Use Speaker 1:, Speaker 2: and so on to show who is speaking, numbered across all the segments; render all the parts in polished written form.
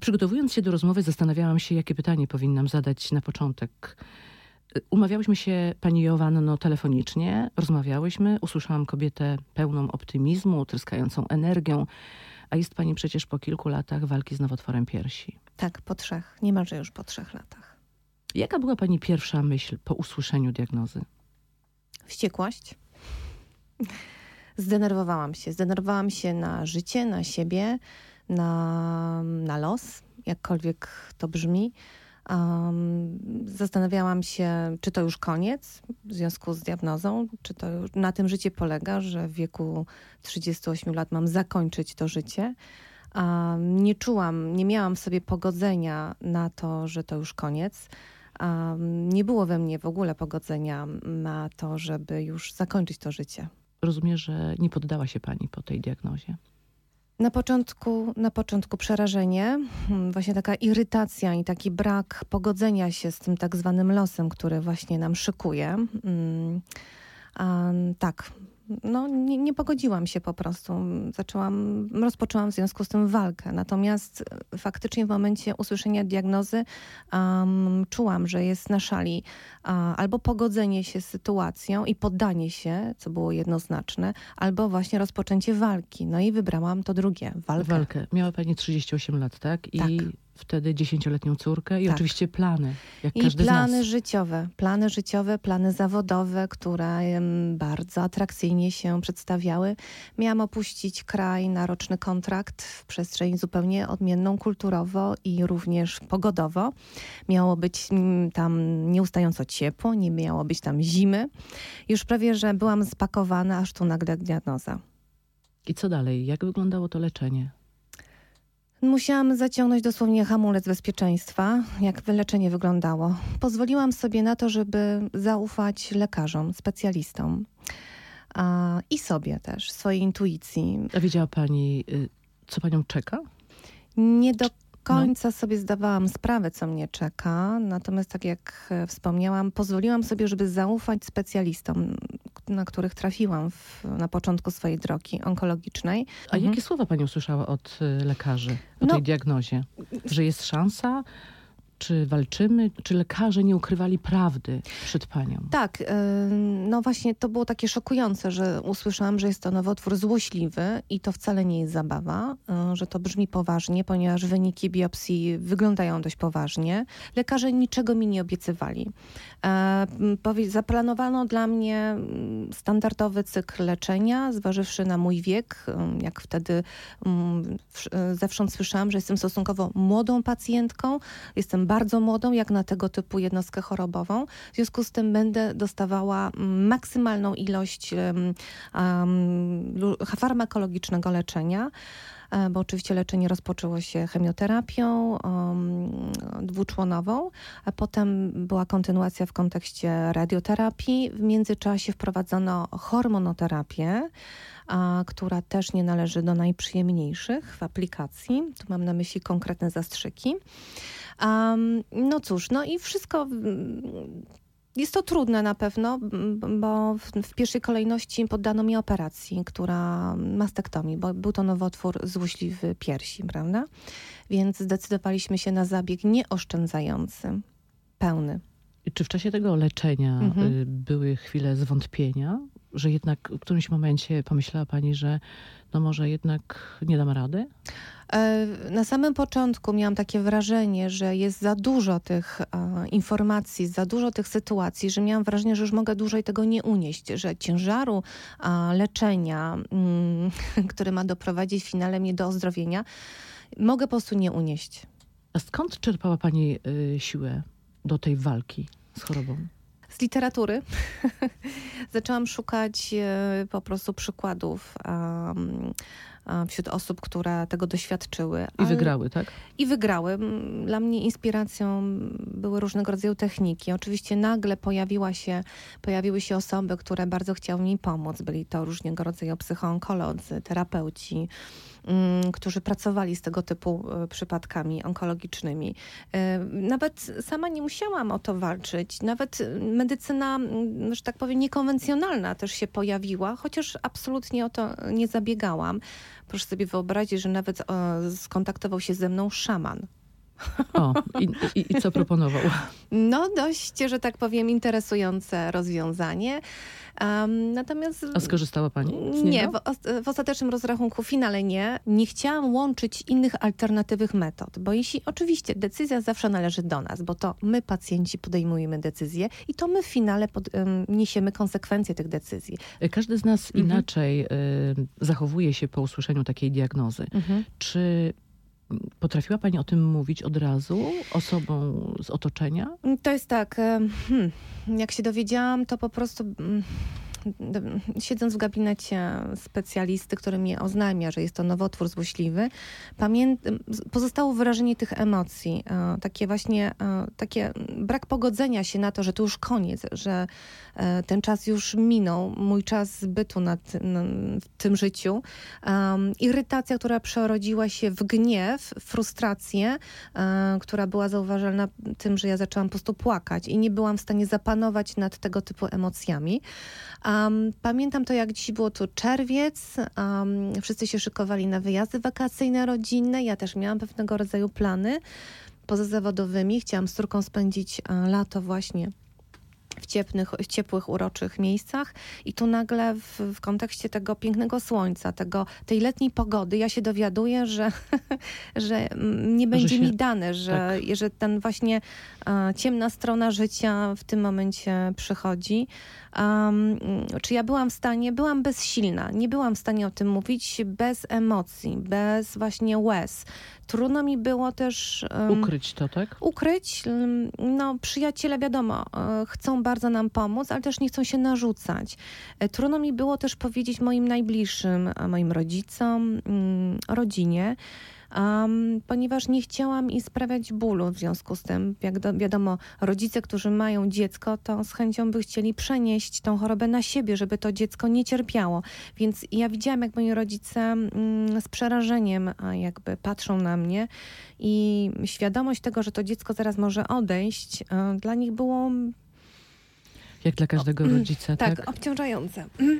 Speaker 1: Przygotowując się do rozmowy, zastanawiałam się, jakie pytanie powinnam zadać na początek. Umawiałyśmy się, pani Joanno, telefonicznie, rozmawiałyśmy, usłyszałam kobietę pełną optymizmu, tryskającą energią, a jest pani przecież po kilku latach walki z nowotworem piersi.
Speaker 2: Tak, niemalże już po 3 latach.
Speaker 1: Jaka była pani pierwsza myśl po usłyszeniu diagnozy?
Speaker 2: Wściekłość. Zdenerwowałam się na życie, na siebie, na los, jakkolwiek to brzmi. Zastanawiałam się, czy to już koniec w związku z diagnozą, czy to już na tym życie polega, że w wieku 38 lat mam zakończyć to życie. Nie miałam w sobie pogodzenia na to, że to już koniec. Nie było we mnie w ogóle pogodzenia na to, żeby już zakończyć to życie.
Speaker 1: Rozumiem, że nie poddała się pani po tej diagnozie.
Speaker 2: Na początku przerażenie, właśnie taka irytacja i taki brak pogodzenia się z tym tak zwanym losem, który właśnie nam szykuje. Tak, nie pogodziłam się po prostu. Rozpoczęłam w związku z tym walkę. Natomiast faktycznie w momencie usłyszenia diagnozy czułam, że jest na szali albo pogodzenie się z sytuacją i poddanie się, co było jednoznaczne, albo właśnie rozpoczęcie walki. No i wybrałam to drugie, walkę.
Speaker 1: Miała pani 38 lat, tak? I
Speaker 2: tak.
Speaker 1: Wtedy 10-letnią córkę i
Speaker 2: tak.
Speaker 1: oczywiście plany, jak
Speaker 2: I
Speaker 1: każdy z nas.
Speaker 2: plany życiowe, plany zawodowe, które bardzo atrakcyjnie się przedstawiały. Miałam opuścić kraj na roczny kontrakt w przestrzeń zupełnie odmienną kulturowo i również pogodowo. Miało być tam nieustająco ciepło, nie miało być tam zimy. Już prawie, że byłam spakowana, aż tu nagle diagnoza.
Speaker 1: I co dalej? Jak wyglądało to leczenie?
Speaker 2: Musiałam zaciągnąć dosłownie hamulec bezpieczeństwa, jak leczenie wyglądało. Pozwoliłam sobie na to, żeby zaufać lekarzom, specjalistom i sobie też, swojej intuicji.
Speaker 1: A wiedziała pani, co panią czeka?
Speaker 2: Nie do końca sobie zdawałam sprawę, co mnie czeka. Natomiast tak jak wspomniałam, pozwoliłam sobie, żeby zaufać specjalistom, na których trafiłam na początku swojej drogi onkologicznej.
Speaker 1: A jakie słowa pani usłyszała od lekarzy po tej diagnozie? Że jest szansa? Czy walczymy? Czy lekarze nie ukrywali prawdy przed panią?
Speaker 2: Tak, właśnie to było takie szokujące, że usłyszałam, że jest to nowotwór złośliwy i to wcale nie jest zabawa, że to brzmi poważnie, ponieważ wyniki biopsji wyglądają dość poważnie. Lekarze niczego mi nie obiecywali. Zaplanowano dla mnie standardowy cykl leczenia, zważywszy na mój wiek, jak wtedy zewsząd słyszałam, że jestem stosunkowo młodą pacjentką, jestem bardzo młodą, jak na tego typu jednostkę chorobową. W związku z tym będę dostawała maksymalną ilość farmakologicznego leczenia, bo oczywiście leczenie rozpoczęło się chemioterapią dwuczłonową, a potem była kontynuacja w kontekście radioterapii. W międzyczasie wprowadzono hormonoterapię, która też nie należy do najprzyjemniejszych w aplikacji. Tu mam na myśli konkretne zastrzyki. I wszystko. Jest to trudne na pewno, bo w pierwszej kolejności poddano mi operacji, mastektomii, bo był to nowotwór złośliwy piersi, prawda? Więc zdecydowaliśmy się na zabieg nieoszczędzający, pełny.
Speaker 1: Czy w czasie tego leczenia były chwile zwątpienia, że jednak w którymś momencie pomyślała pani, że może jednak nie dam rady?
Speaker 2: Na samym początku miałam takie wrażenie, że jest za dużo tych informacji, za dużo tych sytuacji, że miałam wrażenie, że już mogę dłużej tego nie unieść, że ciężaru leczenia, które ma doprowadzić w finale mnie do ozdrowienia, mogę po prostu nie unieść.
Speaker 1: A skąd czerpała pani siłę do tej walki z chorobą?
Speaker 2: Z literatury. Zaczęłam szukać po prostu przykładów wśród osób, które tego doświadczyły.
Speaker 1: I wygrały, tak?
Speaker 2: I wygrały. Dla mnie inspiracją były różnego rodzaju techniki. Oczywiście nagle pojawiły się osoby, które bardzo chciały mi pomóc. Byli to różnego rodzaju psychoonkolodzy, terapeuci, którzy pracowali z tego typu przypadkami onkologicznymi. Nawet sama nie musiałam o to walczyć. Nawet medycyna, że tak powiem, niekonwencjonalna też się pojawiła, chociaż absolutnie o to nie zabiegałam. Proszę sobie wyobrazić, że nawet skontaktował się ze mną szaman.
Speaker 1: O, i co proponował?
Speaker 2: No dość, że tak powiem, interesujące rozwiązanie. Natomiast...
Speaker 1: A skorzystała pani z niego?
Speaker 2: Nie, w ostatecznym rozrachunku finale nie. Nie chciałam łączyć innych alternatywnych metod, bo jeśli oczywiście decyzja zawsze należy do nas, bo to my pacjenci podejmujemy decyzje i to my w finale niesiemy konsekwencje tych decyzji.
Speaker 1: Każdy z nas inaczej zachowuje się po usłyszeniu takiej diagnozy. Czy potrafiła pani o tym mówić od razu osobom z otoczenia?
Speaker 2: To jest tak, jak się dowiedziałam, to po prostu siedząc w gabinecie specjalisty, który mnie oznajmia, że jest to nowotwór złośliwy, pozostało wyrażenie tych emocji. Takie właśnie, takie brak pogodzenia się na to, że to już koniec, że ten czas już minął, mój czas bytu w tym życiu. Irytacja, która przerodziła się w gniew, frustrację, która była zauważalna tym, że ja zaczęłam po prostu płakać i nie byłam w stanie zapanować nad tego typu emocjami. Pamiętam to, jak dziś było to czerwiec. Wszyscy się szykowali na wyjazdy wakacyjne, rodzinne. Ja też miałam pewnego rodzaju plany pozazawodowymi. Chciałam z córką spędzić lato właśnie w ciepłych, uroczych miejscach i tu nagle w kontekście tego pięknego słońca, tej letniej pogody, ja się dowiaduję, że nie będzie mi dane, że ten właśnie ciemna strona życia w tym momencie przychodzi. Czy ja byłam w stanie? Byłam bezsilna. Nie byłam w stanie o tym mówić bez emocji, bez właśnie łez. Trudno mi było też...
Speaker 1: ukryć to, tak?
Speaker 2: Ukryć. No, przyjaciele, wiadomo, chcą bardzo nam pomóc, ale też nie chcą się narzucać. Trudno mi było też powiedzieć moim najbliższym, moim rodzicom, rodzinie, ponieważ nie chciałam im sprawiać bólu w związku z tym. Jak wiadomo, rodzice, którzy mają dziecko, to z chęcią by chcieli przenieść tą chorobę na siebie, żeby to dziecko nie cierpiało. Więc ja widziałam, jak moi rodzice z przerażeniem jakby patrzą na mnie i świadomość tego, że to dziecko zaraz może odejść, dla nich było...
Speaker 1: Jak dla każdego rodzica, tak?
Speaker 2: Tak, obciążające.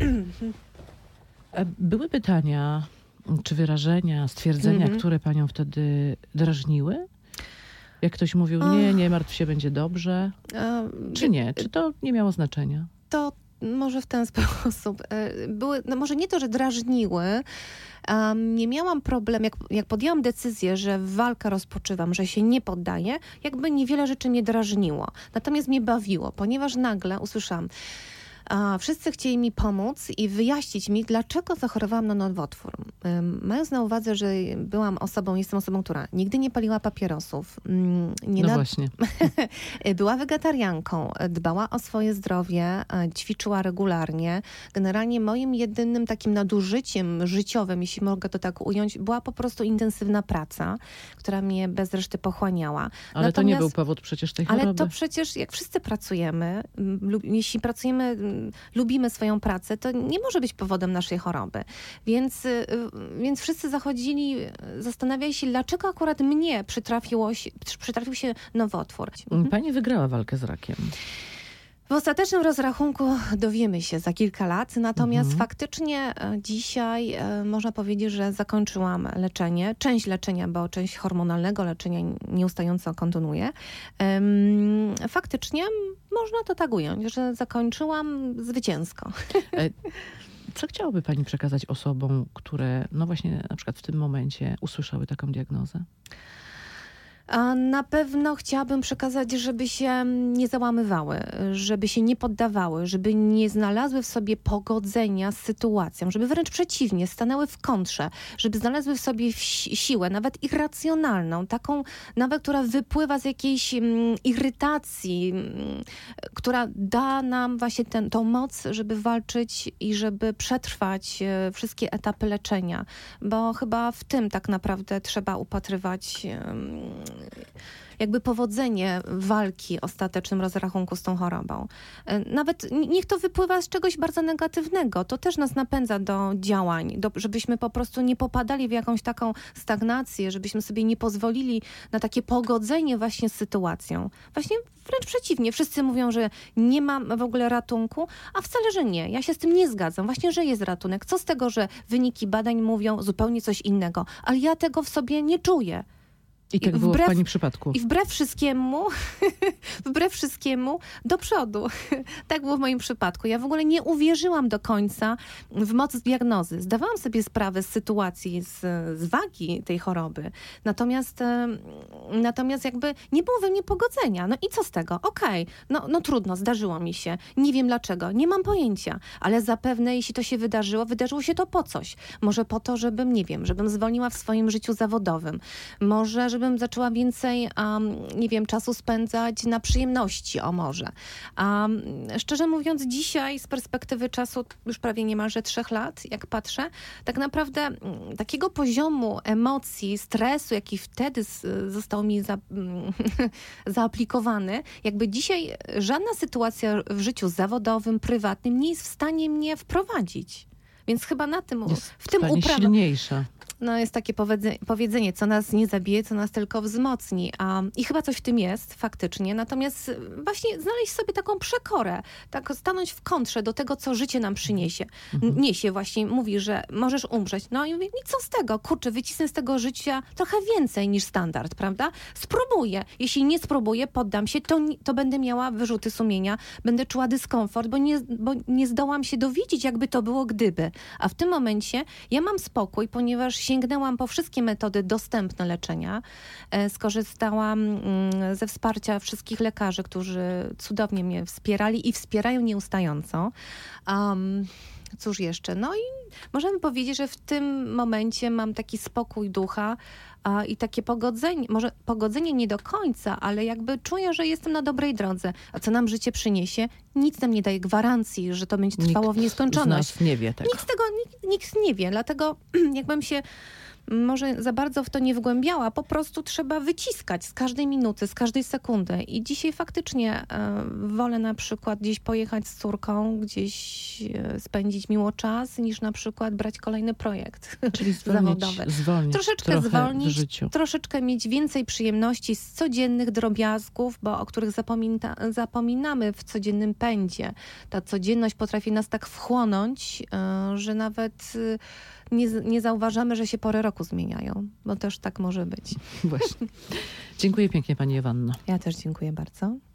Speaker 1: Były pytania czy wyrażenia, stwierdzenia, które panią wtedy drażniły? Jak ktoś mówił, nie martw się, będzie dobrze. Czy nie? Czy to nie miało znaczenia?
Speaker 2: To może w ten sposób. Były, no może nie to, że drażniły. Nie miałam problem, jak podjęłam decyzję, że walkę rozpoczywam, że się nie poddaję, jakby niewiele rzeczy mnie drażniło. Natomiast mnie bawiło, ponieważ nagle usłyszałam, wszyscy chcieli mi pomóc i wyjaśnić mi, dlaczego zachorowałam na nowotwór. Mając na uwadze, że jestem osobą, która nigdy nie paliła papierosów.
Speaker 1: Właśnie.
Speaker 2: Była wegetarianką, dbała o swoje zdrowie, ćwiczyła regularnie. Generalnie moim jedynym takim nadużyciem życiowym, jeśli mogę to tak ująć, była po prostu intensywna praca, która mnie bez reszty pochłaniała.
Speaker 1: Ale to nie był powód przecież tej choroby.
Speaker 2: Ale to przecież, jak wszyscy pracujemy, jeśli pracujemy, lubimy swoją pracę, to nie może być powodem naszej choroby. Więc wszyscy zastanawiali się, dlaczego akurat mnie przytrafił się nowotwór.
Speaker 1: Pani wygrała walkę z rakiem.
Speaker 2: W ostatecznym rozrachunku dowiemy się za kilka lat, natomiast faktycznie dzisiaj można powiedzieć, że zakończyłam leczenie. Część leczenia, bo część hormonalnego leczenia nieustająco kontynuuję. Faktycznie można to tak ująć, że zakończyłam zwycięsko.
Speaker 1: Co chciałaby pani przekazać osobom, które no właśnie na przykład w tym momencie usłyszały taką diagnozę?
Speaker 2: Na pewno chciałabym przekazać, żeby się nie załamywały, żeby się nie poddawały, żeby nie znalazły w sobie pogodzenia z sytuacją, żeby wręcz przeciwnie, stanęły w kontrze, żeby znalazły w sobie siłę, nawet irracjonalną, taką nawet, która wypływa z jakiejś irytacji, która da nam właśnie tą moc, żeby walczyć i żeby przetrwać wszystkie etapy leczenia, bo chyba w tym tak naprawdę trzeba upatrywać jakby powodzenie walki, ostatecznym rozrachunku z tą chorobą. Nawet niech to wypływa z czegoś bardzo negatywnego. To też nas napędza do działań, żebyśmy po prostu nie popadali w jakąś taką stagnację, żebyśmy sobie nie pozwolili na takie pogodzenie właśnie z sytuacją. Właśnie wręcz przeciwnie. Wszyscy mówią, że nie ma w ogóle ratunku, a wcale, że nie. Ja się z tym nie zgadzam. Właśnie, że jest ratunek. Co z tego, że wyniki badań mówią zupełnie coś innego, ale ja tego w sobie nie czuję.
Speaker 1: I tak było w pani przypadku.
Speaker 2: I wbrew wszystkiemu do przodu. Tak było w moim przypadku. Ja w ogóle nie uwierzyłam do końca w moc diagnozy. Zdawałam sobie sprawę z sytuacji, z wagi tej choroby. Natomiast jakby nie było we mnie pogodzenia. No i co z tego? Okej, no trudno, zdarzyło mi się. Nie wiem dlaczego, nie mam pojęcia. Ale zapewne, jeśli to się wydarzyło się to po coś. Może po to, żebym zwolniła w swoim życiu zawodowym. Może, żebym zaczęła więcej, czasu spędzać na przyjemności, może. Szczerze mówiąc, dzisiaj z perspektywy czasu, już prawie niemalże 3 lat, jak patrzę, tak naprawdę takiego poziomu emocji, stresu, jaki wtedy został mi zaaplikowany, jakby dzisiaj żadna sytuacja w życiu zawodowym, prywatnym nie jest w stanie mnie wprowadzić. Więc chyba w tym
Speaker 1: silniejsza.
Speaker 2: No jest takie powiedzenie, co nas nie zabije, co nas tylko wzmocni. I chyba coś w tym jest, faktycznie. Natomiast właśnie znaleźć sobie taką przekorę, tak stanąć w kontrze do tego, co życie nam przyniesie. Niesie właśnie, mówi, że możesz umrzeć. No i mówię, i co z tego? Kurczę, wycisnę z tego życia trochę więcej niż standard, prawda? Spróbuję. Jeśli nie spróbuję, poddam się, to będę miała wyrzuty sumienia, będę czuła dyskomfort, bo nie zdołam się dowiedzieć, jakby to było gdyby. A w tym momencie ja mam spokój, ponieważ sięgnęłam po wszystkie metody dostępne leczenia. Skorzystałam ze wsparcia wszystkich lekarzy, którzy cudownie mnie wspierali i wspierają nieustająco. Cóż jeszcze? No i możemy powiedzieć, że w tym momencie mam taki spokój ducha i takie pogodzenie, może pogodzenie nie do końca, ale jakby czuję, że jestem na dobrej drodze. A co nam życie przyniesie? Nic nam nie daje gwarancji, że to będzie trwało w nieskończoność.
Speaker 1: Nikt z nas nie wie tego.
Speaker 2: Nikt nie wie, dlatego jakbym się może za bardzo w to nie wgłębiała, po prostu trzeba wyciskać z każdej minuty, z każdej sekundy. I dzisiaj faktycznie wolę na przykład gdzieś pojechać z córką, gdzieś spędzić miło czas, niż na przykład brać kolejny projekt
Speaker 1: czyli
Speaker 2: zawodowy. Troszeczkę zwolnić,
Speaker 1: w życiu.
Speaker 2: Troszeczkę mieć więcej przyjemności z codziennych drobiazgów, o których zapominamy w codziennym pędzie. Ta codzienność potrafi nas tak wchłonąć, że nawet nie zauważamy, że się pory roku zmieniają, bo też tak może być.
Speaker 1: Właśnie. Dziękuję pięknie, pani Jowanno.
Speaker 2: Ja też dziękuję bardzo.